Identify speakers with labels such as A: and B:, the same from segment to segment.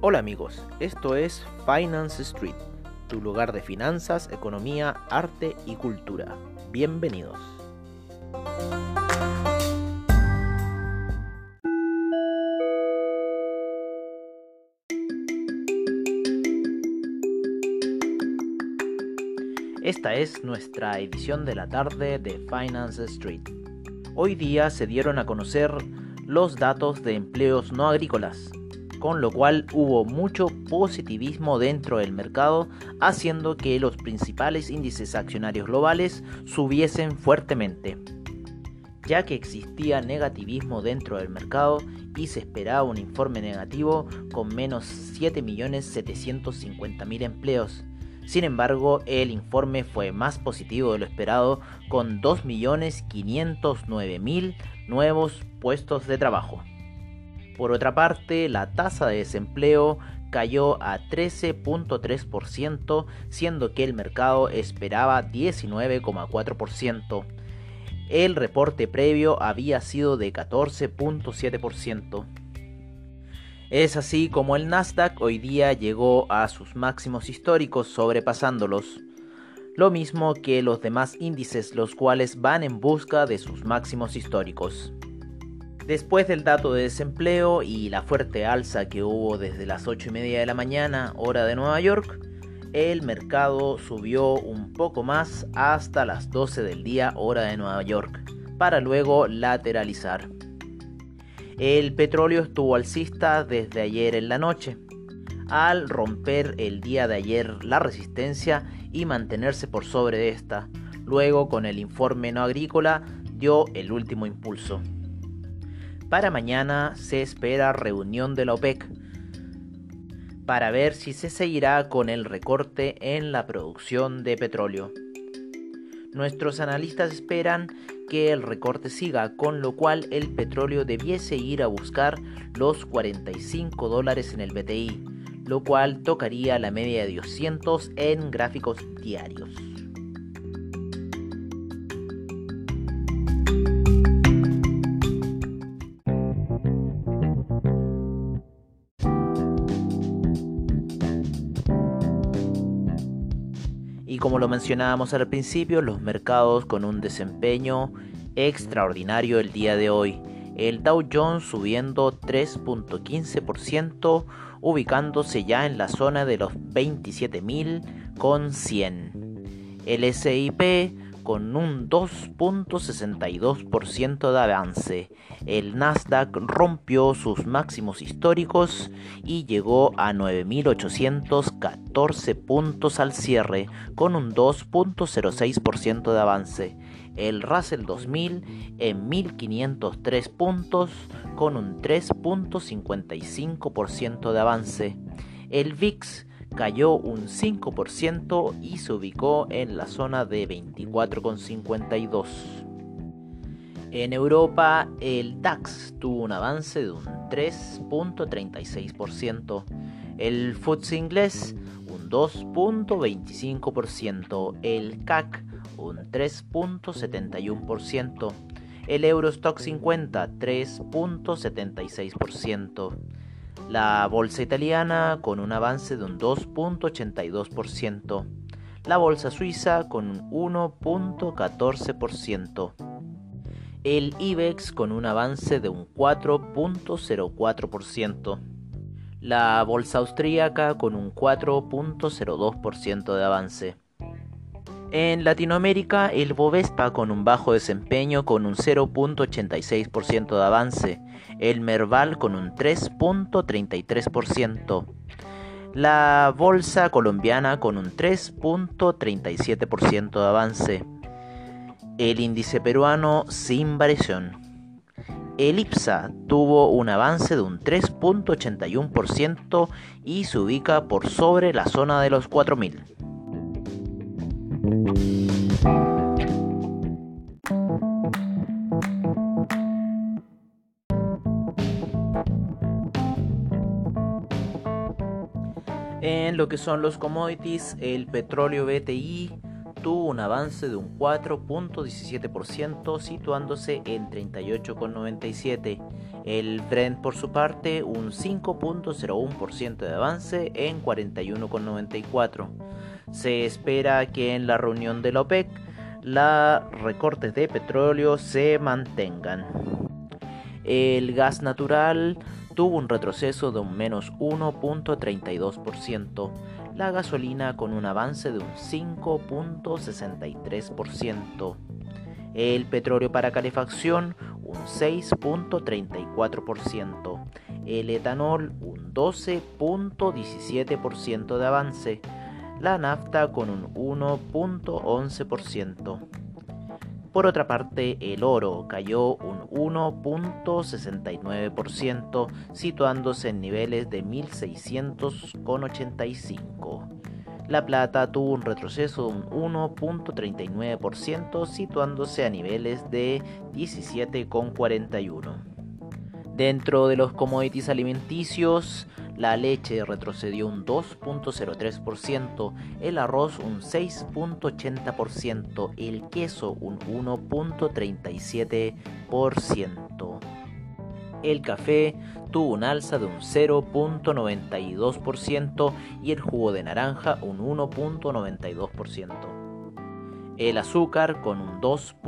A: Hola amigos, esto es Finance Street, tu lugar de finanzas, economía, arte y cultura. Bienvenidos. Esta es nuestra edición de la tarde de Finance Street. Hoy día se dieron a conocer los datos de empleos no agrícolas, con lo cual hubo mucho positivismo dentro del mercado, haciendo que los principales índices accionarios globales subiesen fuertemente, ya que existía negativismo dentro del mercado y se esperaba un informe negativo con menos 7.750.000 empleos. Sin embargo, el informe fue más positivo de lo esperado, con 2.509.000 nuevos puestos de trabajo. Por otra parte, la tasa de desempleo cayó a 13.3%, siendo que el mercado esperaba 19.4%. El reporte previo había sido de 14.7%. Es así como el Nasdaq hoy día llegó a sus máximos históricos, sobrepasándolos. Lo mismo que los demás índices, los cuales van en busca de sus máximos históricos. Después del dato de desempleo y la fuerte alza que hubo desde las 8:30 de la mañana, hora de Nueva York, el mercado subió un poco más hasta las 12 del día, hora de Nueva York, para luego lateralizar. El petróleo estuvo alcista desde ayer en la noche, al romper el día de ayer la resistencia y mantenerse por sobre de esta. Luego, con el informe no agrícola, dio el último impulso. Para mañana se espera reunión de la OPEC para ver si se seguirá con el recorte en la producción de petróleo. Nuestros analistas esperan que el recorte siga, con lo cual el petróleo debiese ir a buscar los $45 en el BTI, lo cual tocaría la media de 200 en gráficos diarios. Y como lo mencionábamos al principio, los mercados con un desempeño extraordinario el día de hoy. El Dow Jones subiendo 3.15%, ubicándose ya en la zona de los 27.100. El S&P con un 2.62% de avance. El Nasdaq rompió sus máximos históricos y llegó a 9.814 puntos al cierre, con un 2.06% de avance. El Russell 2000 en 1.503 puntos, con un 3.55% de avance. El VIX cayó un 5% y se ubicó en la zona de 24,52. En Europa, el DAX tuvo un avance de un 3.36%, el FTSE inglés un 2.25%, el CAC un 3.71%, el Eurostoxx 50 3.76%. La bolsa italiana con un avance de un 2.82%, la bolsa suiza con un 1.14%, el IBEX con un avance de un 4.04%, la bolsa austríaca con un 4.02% de avance. En Latinoamérica, el Bovespa con un bajo desempeño con un 0.86% de avance, el Merval con un 3.33%, la bolsa colombiana con un 3.37% de avance, el índice peruano sin variación. El IPSA tuvo un avance de un 3.81% y se ubica por sobre la zona de los 4.000. En lo que son los commodities, el petróleo BTI tuvo un avance de un 4.17%, situándose en 38,97. El Brent, por su parte, un 5.01% de avance en 41,94. Se espera que en la reunión de la OPEC los recortes de petróleo se mantengan. El gas natural tuvo un retroceso de un menos 1.32%, la gasolina con un avance de un 5.63%, el petróleo para calefacción un 6.34%, el etanol un 12.17% de avance, la nafta con un 1.11%. Por otra parte, el oro cayó un 1.69%, situándose en niveles de 1.600,85. La plata tuvo un retroceso de un 1.39%, situándose a niveles de 17,41. Dentro de los commodities alimenticios, la leche retrocedió un 2.03%, el arroz un 6.80%, el queso un 1.37%. El café tuvo un alza de un 0.92% y el jugo de naranja un 1.92%. El azúcar con un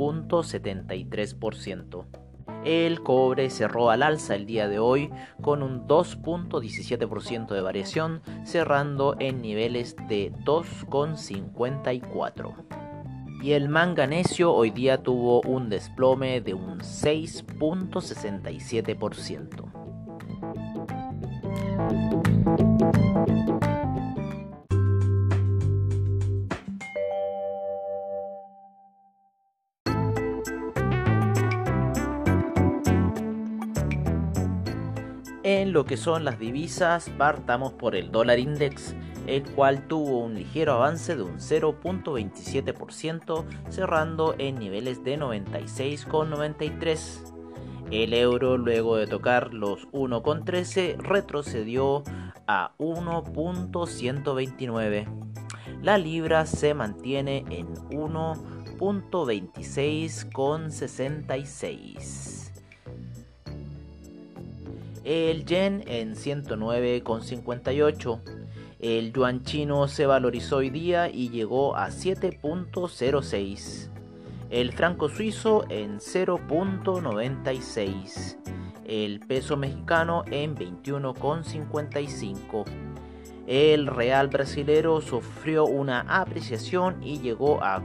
A: 2.73%. El cobre cerró al alza el día de hoy con un 2.17% de variación, cerrando en niveles de 2,54. Y el manganesio hoy día tuvo un desplome de un 6.67%. En lo que son las divisas, partamos por el dólar index, el cual tuvo un ligero avance de un 0.27%, cerrando en niveles de 96,93. El euro, luego de tocar los 1,13, retrocedió a 1.129. La libra se mantiene en 1.26,66. El yen en 109,58. El yuan chino se valorizó hoy día y llegó a 7.06. El franco suizo en 0.96. El peso mexicano en 21,55. El real brasilero sufrió una apreciación y llegó a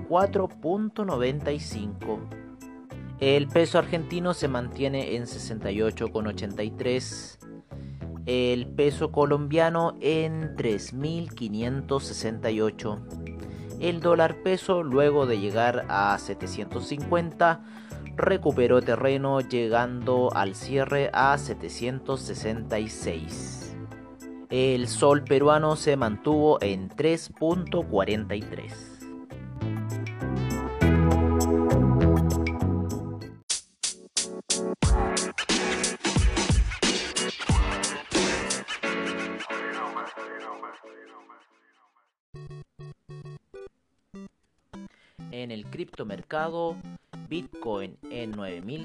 A: 4.95. El peso argentino se mantiene en 68,83. El peso colombiano en 3.568. El dólar peso, luego de llegar a 750, recuperó terreno llegando al cierre a 766. El sol peruano se mantuvo en 3.43. En el criptomercado, Bitcoin en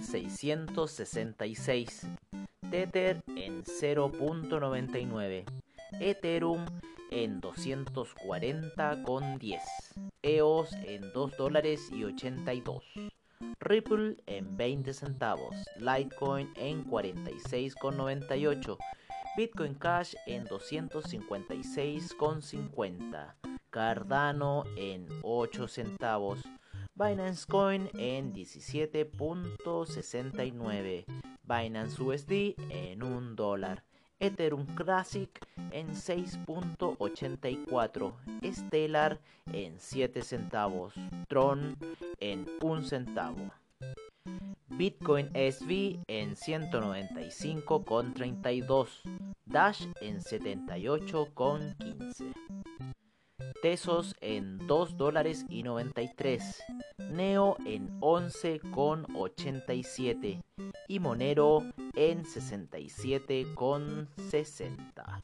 A: 9.666, Tether en 0.99, Ethereum en 240,10, EOS en $2.82, Ripple en 20 centavos, Litecoin en 46,98, Bitcoin Cash en 256,50, Cardano en 8 centavos, Binance Coin en 17.69, Binance USD en $1, Ethereum Classic en 6.84, Stellar en 7 centavos, Tron en 1 centavo. Bitcoin SV en 195,32, Dash en 78,15. Tesos en $2.93, Neo en 11,87 y Monero en 67,60.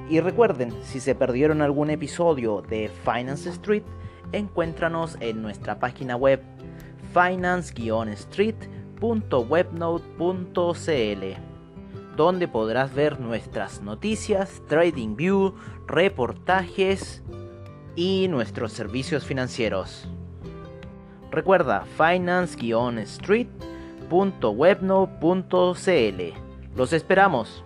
A: Y recuerden, si se perdieron algún episodio de Finance Street, encuéntranos en nuestra página web finance-street.webnode.cl, donde podrás ver nuestras noticias, TradingView, reportajes y nuestros servicios financieros. Recuerda, finance-street.webnode.cl. ¡Los esperamos!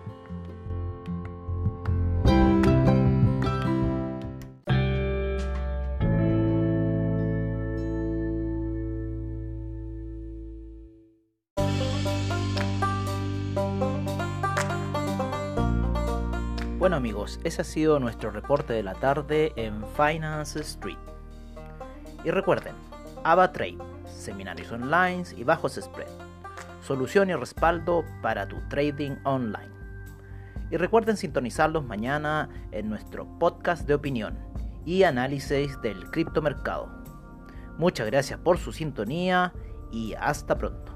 A: Bueno amigos, ese ha sido nuestro reporte de la tarde en Finance Street. Y recuerden, AvaTrade, seminarios online y bajos spread, solución y respaldo para tu trading online. Y recuerden sintonizarlos mañana en nuestro podcast de opinión y análisis del criptomercado. Muchas gracias por su sintonía y hasta pronto.